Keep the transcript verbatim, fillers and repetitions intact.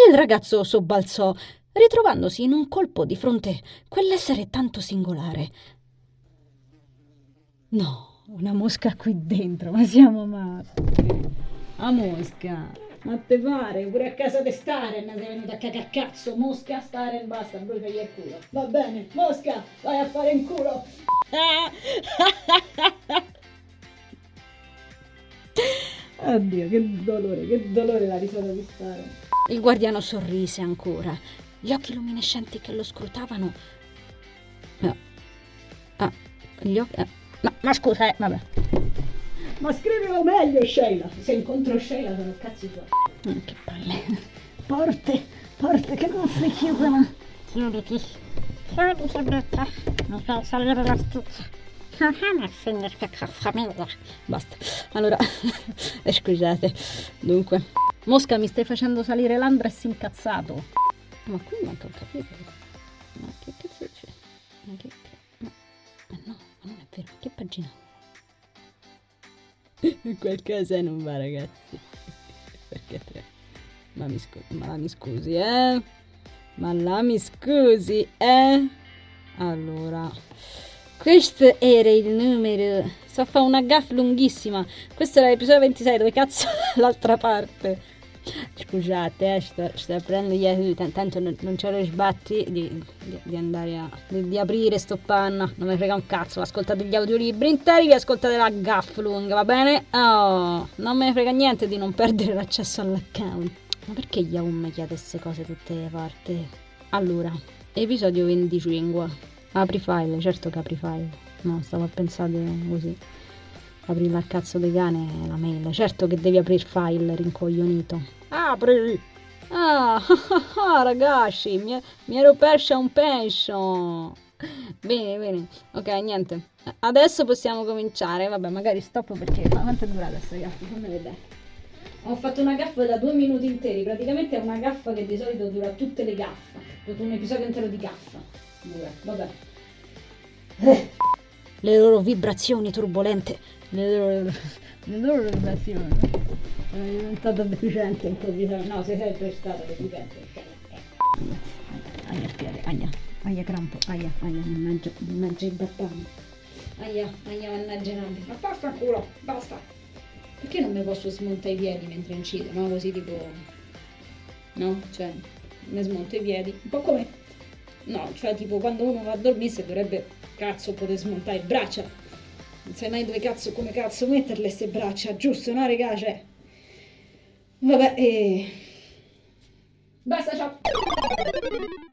Il ragazzo sobbalzò, ritrovandosi in un colpo di fronte quell'essere tanto singolare. No, una mosca qui dentro, ma siamo matti. A mosca, ma te pare, pure a casa di Staren sei venuta a cagar cazzo, mosca, Staren, basta, bruciagli il culo. Va bene, mosca, vai a fare in culo. Oddio, che dolore, che dolore la risata di Staren. Il guardiano sorrise ancora, gli occhi luminescenti che lo scrutavano. No. Ah, gli occhi... Ah. Ma, ma scusa, eh, vabbè. Ma scrivilo meglio, Sheila. Se incontro Sheila sono cazzi suoi. Mm, che palle. Porte, porte che non si chiudono. Chiuditi. Chiuditi, brutta. Non so salire la stuccia. Basta. Allora, eh, scusate. Dunque, Mosca, mi stai facendo salire l'Andres incazzato. Ma qui manca ho capito. Ma che cazzo c'è? Ma che... Ma, ma no, ma non è vero. Che pagina? Qualcosa non va, ragazzi. Perché te? Ma mi, scu- ma la mi scusi, eh? Ma la mi scusi, eh? Allora, questo era il numero. Sto a fare una gaffa lunghissima. Questo era l'episodio ventisei. Dove cazzo è l'altra parte? Scusate, eh, sto, sto aprendo gli aiuti. Tanto non, non c'ho le sbatti di, di, di andare a di, di aprire sto panna. Non mi frega un cazzo. Ascoltate gli audiolibri interi, vi ascoltate la gaffa lunga, va bene? Oh, non me ne frega niente di non perdere l'accesso all'account. Ma perché Yahoo mi chiede queste cose tutte le parti? Allora, episodio venticinque. Apri file, certo che apri file. No, stavo a pensare così. Apri la cazzo di cane la mail. Certo che devi aprire file, rincoglionito. Apri! Ah, ah, ah ragazzi, mi, mi ero persa un pescio. Bene, bene. Ok, niente. Adesso possiamo cominciare. Vabbè, magari stop perché... Ma quanto è durata questa gaffa? Fammi vedere. Ho fatto una gaffa da due minuti interi. Praticamente è una gaffa che di solito dura tutte le gaffe. Tutto un episodio intero di gaffa. Dura, vabbè. Eh. Le loro vibrazioni turbolente. Le loro... Le loro vibrazioni. Sono diventata deficiente improvvisamente. No, sei sempre stata deficiente. Aia, spiede, aia, aia crampo, aia, aia, mannaggia, mannaggia il battano. Aia, aia, mannaggia Nabbi. Ma basta culo, basta. Perché non mi posso smontare i piedi mentre incido, no? Così tipo... No? Cioè, mi smonto i piedi. Un po' come... No, cioè tipo quando uno va a dormire si dovrebbe, cazzo, poter smontare le braccia. Non sai mai dove cazzo, come cazzo metterle ste braccia, giusto, no, regà? Cioè... Vabbè, e... Basta, ciao!